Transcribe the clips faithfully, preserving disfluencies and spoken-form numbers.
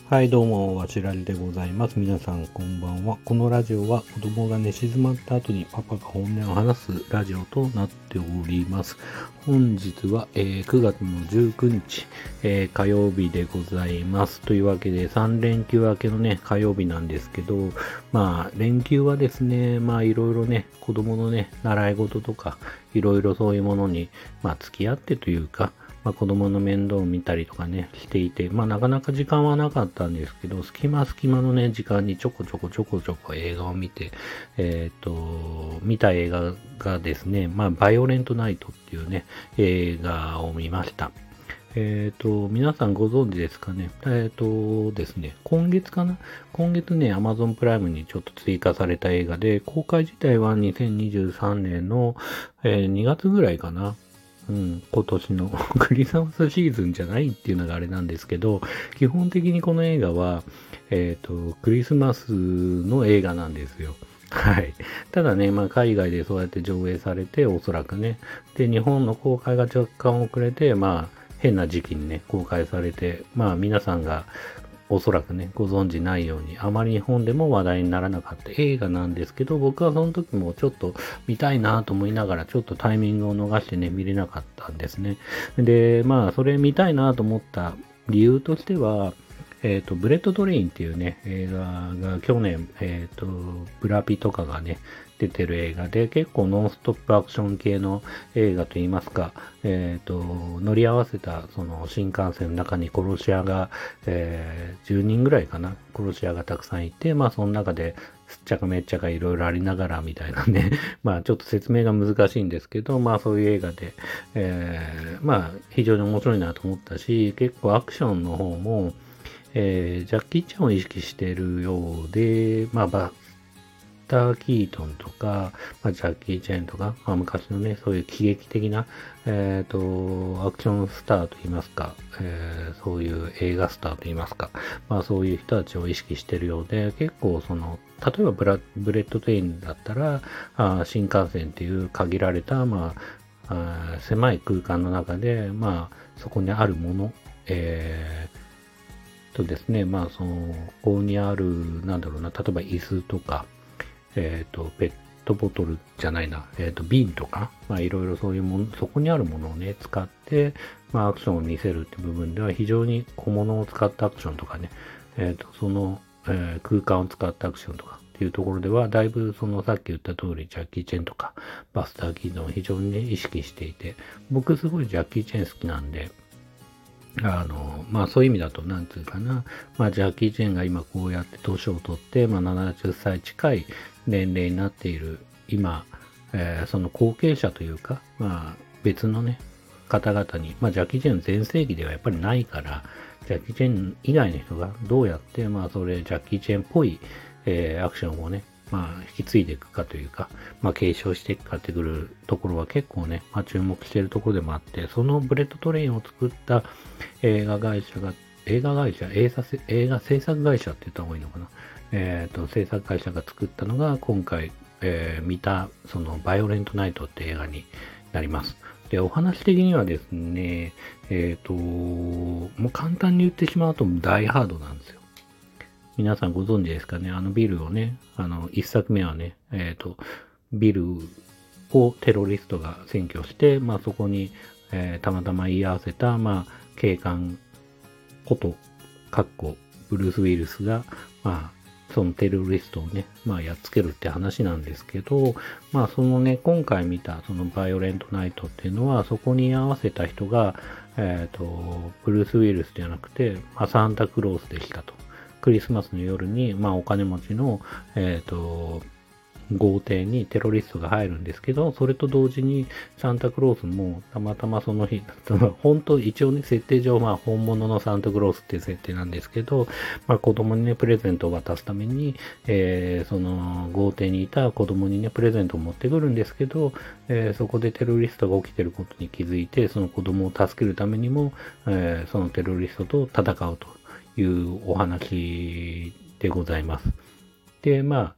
はい、どうも、わしらじでございます。皆さん、こんばんは。このラジオは、子供が寝静まった後にパパが本音を話すラジオとなっております。本日は、えーくがつのじゅうくにち、えー火曜日でございます。というわけで、さん連休明けのね、火曜日なんですけど、まあ、連休はですね、まあ、いろいろね、子供のね、習い事とか、いろいろそういうものに、まあ、付き合ってというか、まあ、子供の面倒を見たりとかね、していて、まあなかなか時間はなかったんですけど、隙間隙間のね、時間にちょこちょこちょこちょこ映画を見て、えっ、と、見た映画がですね、まあ、バイオレントナイトっていうね、映画を見ました。えっ、と、皆さんご存知ですかね。えっ、とですね、今月かな今月ね、Amazon プライムにちょっと追加された映画で、公開自体はにせんにじゅうさんねんの、えーにがつぐらいかな。うん、今年のクリスマスシーズンじゃないっていうのがあれなんですけど、基本的にこの映画は、えっ、と、クリスマスの映画なんですよ。はい。ただね、まあ海外でそうやって上映されて、おそらくね。で、日本の公開が若干遅れて、まあ変な時期にね、公開されて、まあ皆さんがおそらくね、ご存知ないように、あまり日本でも話題にならなかった映画なんですけど、僕はその時もちょっと見たいなと思いながら、ちょっとタイミングを逃してね、見れなかったんですね。で、まあ、それ見たいなと思った理由としては、えっ、と、ブレッドトレインっていうね、映画が去年、えっ、と、ブラピとかがね、出てる映画で、結構ノンストップアクション系の映画といいますか、えっ、と、乗り合わせたその新幹線の中に殺し屋が、えーじゅうにんぐらいかな、殺し屋がたくさんいて、まあその中で、すっちゃかめっちゃかいろいろありながらみたいなね、まあちょっと説明が難しいんですけど、まあそういう映画で、えーまあ非常に面白いなと思ったし、結構アクションの方も、えージャッキー・チェンを意識しているようで、まあバター・キートンとか、まあ、ジャッキー・チェンとか、まあ、昔のね、そういう喜劇的な、えっ、と、アクションスターといいますか、えーそういう映画スターといいますか、まあそういう人たちを意識してるようで、結構その、例えばブラブレッド・トレインだったら、あ新幹線っていう限られた、まあ、あ狭い空間の中で、まあ、そこにあるもの、えーとですね、まあ、その、ここにある、なんだろうな、例えば椅子とか、えっ、と、ペットボトルじゃないな、えっ、と、瓶とか、まあ、いろいろそういうもの、そこにあるものをね、使って、まあ、アクションを見せるって部分では、非常に小物を使ったアクションとかね、えっ、と、その、えー空間を使ったアクションとかっていうところでは、だいぶ、その、さっき言った通り、ジャッキー・チェンとか、バスター・キードンを非常にね、意識していて、僕すごいジャッキー・チェン好きなんで、あの、まあそういう意味だと、なんつうかな、まあジャッキー・チェンが今こうやって年を取って、まあななじゅっさい近い年齢になっている今、えーその後継者というか、まあ別のね、方々に、まあジャッキー・チェン全盛期ではやっぱりないから、ジャッキー・チェン以外の人がどうやって、まあそれ、ジャッキー・チェンっぽい、えーアクションをね、まあ、引き継いでいくかというか、まあ、継承していくかってくるところは結構ね、まあ、注目しているところでもあって、そのブレッドトレインを作った映画会社が、映画会社、映画せ映画制作会社って言った方がいいのかな。えっ、と、制作会社が作ったのが、今回、えー見た、その、バイオレントナイトって映画になります。で、お話的にはですね、えっ、と、もう簡単に言ってしまうと、ダイハードなんですよ。皆さんご存知ですかね。あのビルをね、あの、一作目はね、えっ、と、ビルをテロリストが占拠して、まあそこに、えーたまたま言い合わせた、まあ、警官こと、かっこ、ブルース・ウィルスが、まあ、そのテロリストをね、まあ、やっつけるって話なんですけど、まあ、そのね、今回見た、そのバイオレントナイトっていうのは、そこに合わせた人が、えっ、と、ブルース・ウィルスじゃなくて、まあ、サンタクロースでしたと。クリスマスの夜に、まあ、お金持ちの、えっ、と、豪邸にテロリストが入るんですけど、それと同時にサンタクロースもたまたまその日、本当一応ね、設定上まあ本物のサンタクロースっていう設定なんですけど、まあ子供にね、プレゼントを渡すために、えー、その豪邸にいた子供にね、プレゼントを持ってくるんですけど、えーそこでテロリストが起きてることに気づいて、その子供を助けるためにも、えーそのテロリストと戦うというお話でございます。で、まあ、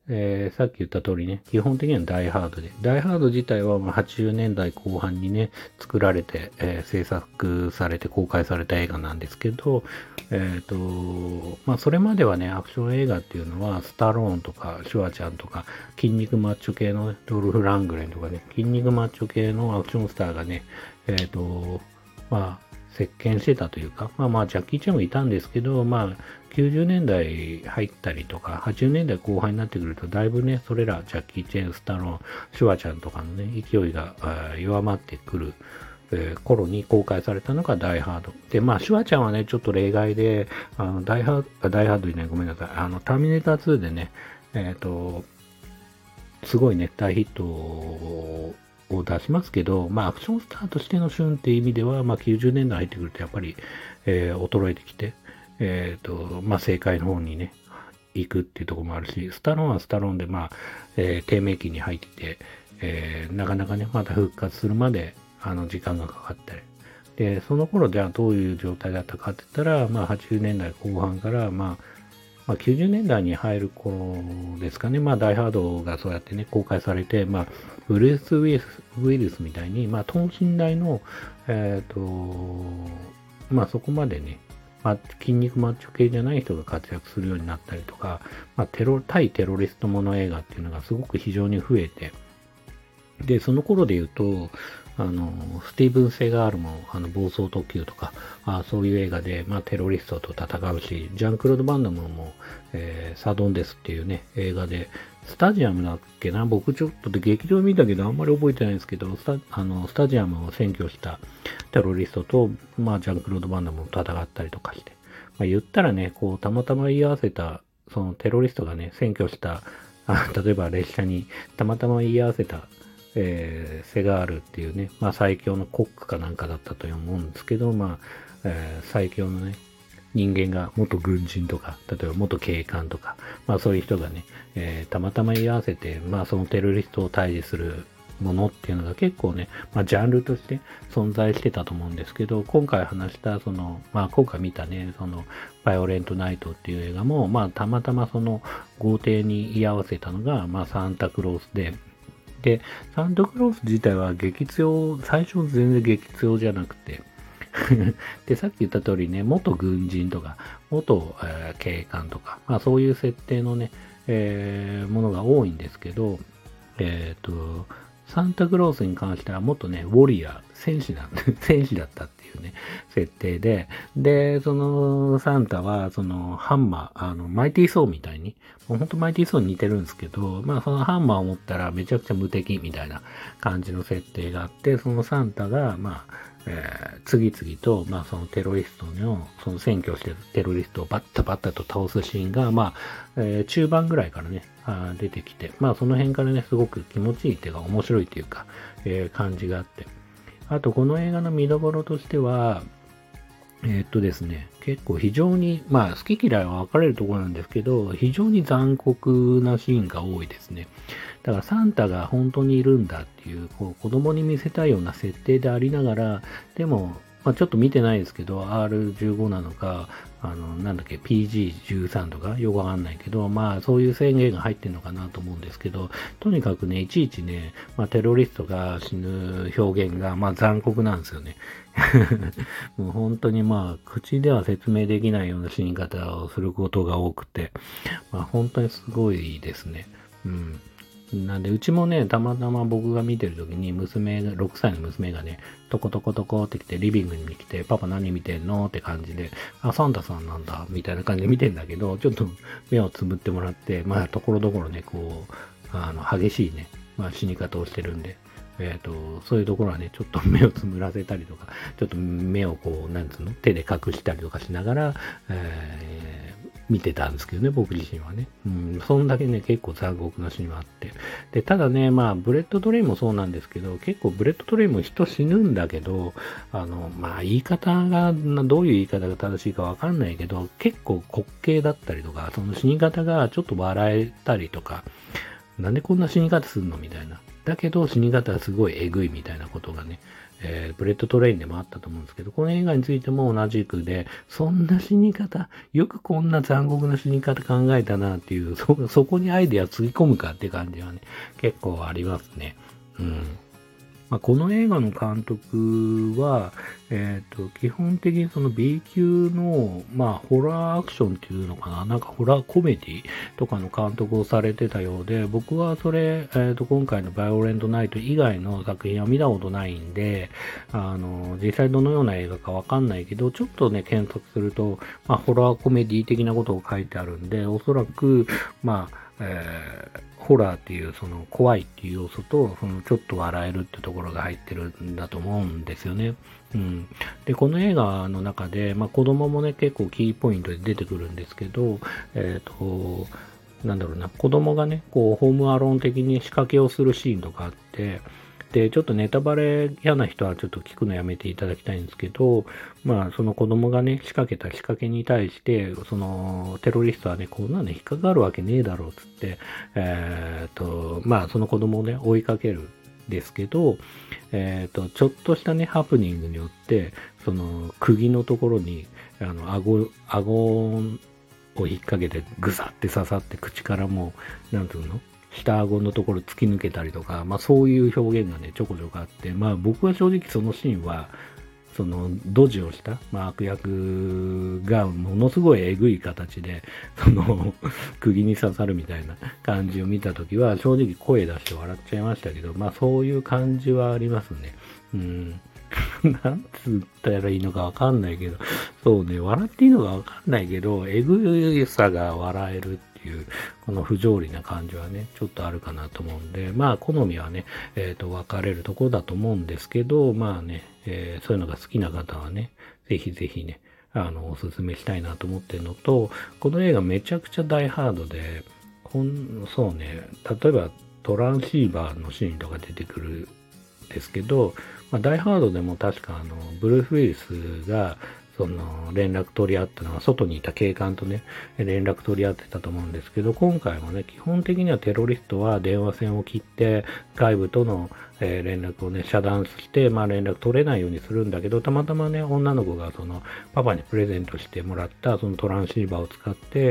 えーさっき言った通りね、基本的にはダイハードで、ダイハード自体はまあはちじゅうねんだいこう半にね、作られて、えー制作されて公開された映画なんですけど、えっ、と、まあそれまではね、アクション映画っていうのは、スタローンとかシュワちゃんとか、筋肉マッチョ系の、ね、ドルフ・ラングレンとかね、筋肉マッチョ系のアクションスターがね、えっ、と、まあ、席巻してたというか、まあまあ、ジャッキー・チェンもいたんですけど、まあ、きゅうじゅうねんだい入ったりとか、はちじゅうねんだいこう半になってくると、だいぶね、それら、ジャッキー・チェン、スタローン、シュワちゃんとかのね、勢いが弱まってくる、えー頃に公開されたのがダイハード。で、まあ、シュワちゃんはね、ちょっと例外で、あの、ダイハード、ダイハードじゃない、ごめんなさい、あの、ターミネーターツーでね、えっ、と、すごいね、大ヒットを出しますけど、まあ、アクションスターとしての旬っていう意味では、まあ、きゅうじゅうねんだい入ってくると、やっぱり、えー衰えてきて、えっ、と、まあ、正解の方にね、行くっていうところもあるし、スタローンはスタローンで、まあ、えー低迷期に入ってて、えーなかなかね、また復活するまで、あの、時間がかかったり。で、その頃、じゃあどういう状態だったかって言ったら、まあ、はちじゅうねんだいこう半から、まあ、まあ、きゅうじゅうねんだいに入る頃ですかね、まあ、ダイハードがそうやってね、公開されて、まあ、ブルース・ウィルスウィルスみたいに、まあ、等身大の、えっ、と、まあ、そこまでね、まあ、筋肉マッチョ系じゃない人が活躍するようになったりとか、まあ、テロ、対テロリストもの映画っていうのがすごく非常に増えて、で、その頃で言うと、あの、スティーブン・セガールも、あの、暴走特急とか、あそういう映画で、まあ、テロリストと戦うし、ジャンクロード・バンダムも、えーサドンデスっていうね、映画で、スタジアムだっけな、僕ちょっとで劇場見たけど、あんまり覚えてないんですけど、スタあのスタジアムを占拠したテロリストと、まあ、ジャンクロード・バンダムも戦ったりとかして、まあ、言ったらね、こう、たまたま言い合わせた、そのテロリストがね、占拠した、あ例えば列車にたまたま言い合わせた、えーセガールっていうね、まあ、最強のコックかなんかだったと思うんですけど、まあ、えー最強のね、人間が元軍人とか、例えば元警官とか、まあそういう人がね、えーたまたま居合わせて、まあそのテロリストを退治するものっていうのが結構ね、まあジャンルとして存在してたと思うんですけど、今回話したその、まあ今回見たね、そのバイオレントナイトっていう映画も、まあたまたまその豪邸に居合わせたのが、まあサンタクロースで、で、サンタクロース自体は激強、最初全然激強じゃなくて、で、さっき言った通りね、元軍人とか、元、えー警官とか、まあそういう設定のね、えーものが多いんですけど、えっ、と、サンタクロースに関してはもっとね、ウォリアー、戦士なん戦士だったっていうね、設定で、で、そのサンタは、そのハンマー、あの、マイティーソーみたいに、もうほんとマイティーソーに似てるんですけど、まあそのハンマーを持ったらめちゃくちゃ無敵みたいな感じの設定があって、そのサンタが、まあ、えー次々と、まあ、そのテロリストの、その占拠してるテロリストをバッタバッタと倒すシーンが、まあ、えー中盤ぐらいからね、あー出てきて、まあ、その辺からね、すごく気持ちいいっていうか、面白いっていうか、えー感じがあって。あと、この映画の見どころとしては、えーっとですね、結構非常に、まあ、好き嫌いは分かれるところなんですけど、非常に残酷なシーンが多いですね。だからサンタが本当にいるんだっていう、こう子供に見せたいような設定でありながら、でも、まあ、ちょっと見てないですけど、アールじゅうご なのか、あの、なんだっけ、ピージーじゅうさん とか、よくわかんないけど、まあ、そういう制限が入ってるのかなと思うんですけど、とにかくね、いちいちね、まあ、テロリストが死ぬ表現が、まあ、残酷なんですよね。もう本当にまあ、口では説明できないような死に方をすることが多くて、まあ、本当にすごいですね。うん。なんで、うちもね、たまたま僕が見てるときに、娘が、ろくさいの娘がね、トコトコトコって来て、リビングに来て、パパ何見てんのって感じで、あ、サンタさんなんだ、みたいな感じで見てんだけど、ちょっと目をつぶってもらって、まあ、ところどころね、こう、あの、激しいね、まあ、死に方をしてるんで、えっ、と、そういうところはね、ちょっと目をつむらせたりとか、ちょっと目をこう、なんつうの、手で隠したりとかしながら、えー見てたんですけどね、僕自身はね。うん、そんだけね、結構残酷なシーンはあって。で、ただね、まあ、ブレッドトレインもそうなんですけど、結構ブレッドトレインも人死ぬんだけど、あの、まあ、言い方が、などういう言い方が正しいかわかんないけど、結構滑稽だったりとか、その死に方がちょっと笑えたりとか、なんでこんな死に方すんのみたいな。だけど死に方はすごいえぐいみたいなことがね、 えー、ブレッドトレインでもあったと思うんですけど、この映画についても同じくで、そんな死に方、よくこんな残酷な死に方考えたなっていう、そ、そこにアイデアつぎ込むかって感じはね、結構ありますね。うん。まあ、この映画の監督は、えっと、基本的にその B 級の、まあ、ホラーアクションっていうのかな、なんかホラーコメディとかの監督をされてたようで、僕はそれ、えっと、今回のバイオレントナイト以外の作品は見たことないんで、あの、実際どのような映画かわかんないけど、ちょっとね、検索すると、まあ、ホラーコメディ的なことを書いてあるんで、おそらく、まあ、えーホラーっていうその怖いっていう要素と、そのちょっと笑えるってところが入ってるんだと思うんですよね。うん。で、この映画の中で、まあ子供もね、結構キーポイントで出てくるんですけど、えっと、なんだろうな、子供がね、こう、ホームアローン的に仕掛けをするシーンとかあって、で、ちょっとネタバレ嫌な人はちょっと聞くのやめていただきたいんですけど、まあ、その子供がね、仕掛けた仕掛けに対して、そのテロリストはね、こんなの引っかかるわけねえだろうっつって、えっと、まあ、その子供をね、追いかけるんですけど、えっと、ちょっとしたね、ハプニングによって、その、釘のところに、あの、顎、顎を引っ掛けてぐさって刺さって口からもう、なんつうの下顎のところ突き抜けたりとか、まあそういう表現がね、ちょこちょこあって、まあ僕は正直そのシーンは、そのドジをした、まあ、悪役がものすごいえぐい形で、その釘に刺さるみたいな感じを見たときは、正直声出して笑っちゃいましたけど、まあそういう感じはありますね。うん。なんつったらいいのかわかんないけど、そうね、笑っていいのかわかんないけど、えぐさが笑えるっていう、この不条理な感じはね、ちょっとあるかなと思うんで、まあ、好みはね、えっと、分かれるところだと思うんですけど、まあね、えーそういうのが好きな方はね、ぜひぜひね、あの、おすすめしたいなと思ってるのと、この映画めちゃくちゃ大ハードで、こん、そうね、例えばトランシーバーのシーンとか出てくるんですけど、まあ、ダイハードでも確かあの、ブルース・ウィリスが、その、連絡取り合ったのは、外にいた警官とね、連絡取り合ってたと思うんですけど、今回もね、基本的にはテロリストは電話線を切って、外部との、えー連絡をね、遮断して、まあ連絡取れないようにするんだけど、たまたまね、女の子がその、パパにプレゼントしてもらった、そのトランシーバーを使って、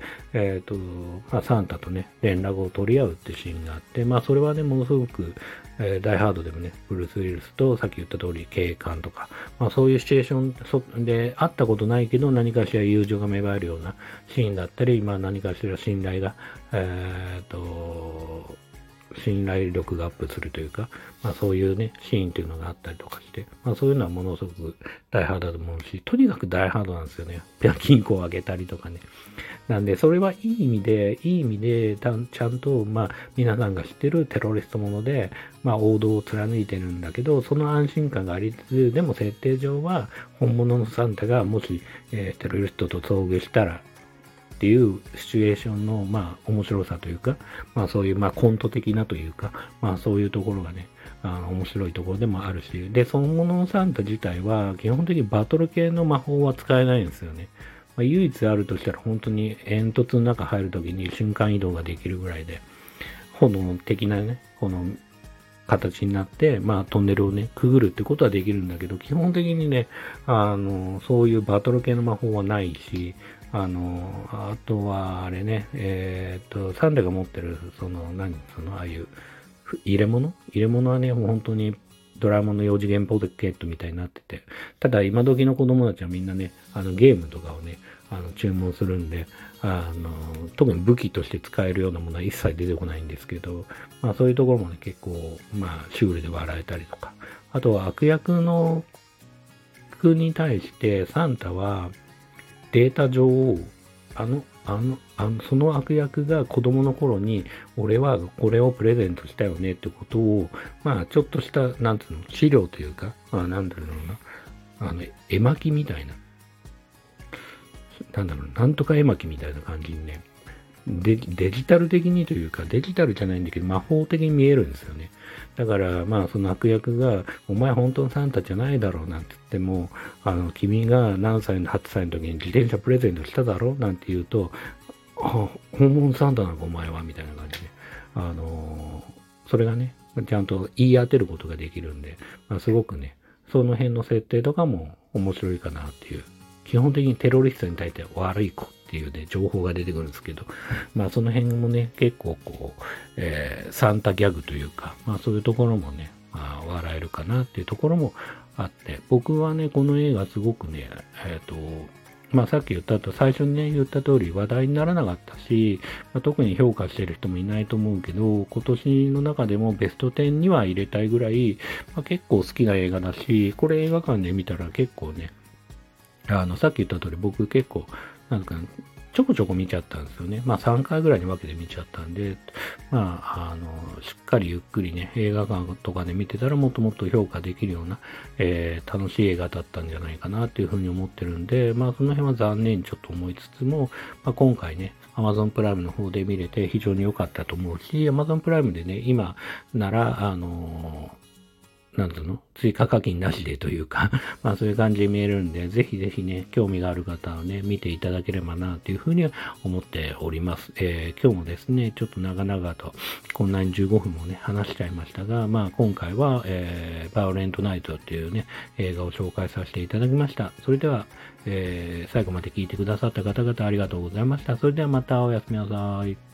えっ、と、まあサンタとね、連絡を取り合うってシーンがあって、まあそれはね、ものすごく、えーダイハードでもね、ブルース・ウィルスとさっき言った通り警官とか、まあそういうシチュエーションそで会ったことないけど何かしら友情が芽生えるようなシーンだったり、まあ何かしら信頼が、えーと、信頼力がアップするというか、まあそういうね、シーンっていうのがあったりとかして、まあそういうのはものすごく大ハードだと思うし、とにかく大ハードなんですよね。金庫を上げたりとかね。なんで、それはいい意味で、いい意味で、ちゃんと、まあ、皆さんが知ってるテロリストもので、まあ、王道を貫いてるんだけど、その安心感がありつつ、でも設定上は、本物のサンタがもし、えーテロリストと遭遇したら、っていうシチュエーションの、まあ、面白さというか、まあ、そういう、まあ、コント的なというか、まあ、そういうところがね、あの、面白いところでもあるし、で、そのもののサンタ自体は、基本的にバトル系の魔法は使えないんですよね。まあ、唯一あるとしたら、本当に煙突の中入るときに瞬間移動ができるぐらいで、炎的なね、この形になって、まあ、トンネルをね、くぐるってことはできるんだけど、基本的にね、あの、そういうバトル系の魔法はないし、あの、あとは、あれね、えっと、サンデが持ってる、その、何、その、ああいう、入れ物入れ物はね、もう本当に、ドラえもんのよ次元ポケットみたいになってて、ただ今時の子供たちはみんなね、あのゲームとかをね、あの注文するんで、あの、特に武器として使えるようなものは一切出てこないんですけど、まあそういうところもね、結構、まあシュールで笑えたりとか、あとは悪役の服に対してサンタはデータ上を、あの、あの、あの、その悪役が子供の頃に、俺はこれをプレゼントしたよねってことを、まあ、ちょっとした、なんつうの、資料というか、まあ、なんだろうな、あの、絵巻みたいな、なんだろう、なんとか絵巻みたいな感じにね、デデジタル的にというか、デジタルじゃないんだけど、魔法的に見えるんですよね。だから、まあ、その悪役が、お前本当のサンタじゃないだろうなんて言っても、あの、君が何歳の、はっさいの時に自転車プレゼントしただろうなんて言うと、あ、本物サンタなのかお前はみたいな感じで、あのーそれがね、ちゃんと言い当てることができるんで、まあ、すごくね、 その辺の設定とかも面白いかなっていう。基本的にテロリストに対して悪い子っていうね、情報が出てくるんですけど、まあその辺もね、結構こう、えー、サンタギャグというか、まあそういうところもね、まあ笑えるかなっていうところもあって、僕はね、この映画すごくね、えっと、まあさっき言ったと、最初にね、言った通り話題にならなかったし、まあ、特に評価してる人もいないと思うけど、今年の中でもベストじゅうには入れたいぐらい、まあ、結構好きな映画だし、これ映画館で見たら結構ね、あの、さっき言った通り僕結構、なんか、ちょこちょこ見ちゃったんですよね。まあさんかいぐらいに分けて見ちゃったんで、まあ、あの、しっかりゆっくりね、映画館とかで見てたらもっともっと評価できるような、えー、楽しい映画だったんじゃないかなっていうふうに思ってるんで、まあその辺は残念にちょっと思いつつも、まあ今回ね、Amazon プライムの方で見れて非常に良かったと思うし、Amazon プライムでね、今なら、あのーなんつうの追加課金なしでというか、まあそういう感じで見えるんで、ぜひぜひね、興味がある方はね、見ていただければなというふうには思っております。えー、今日もですね、ちょっと長々と、こんなにじゅうごふんもね、話しちゃいましたが、まあ今回は、えー、バイオレントナイトっていうね、映画を紹介させていただきました。それでは、えー、最後まで聞いてくださった方々ありがとうございました。それではまたおやすみなさい。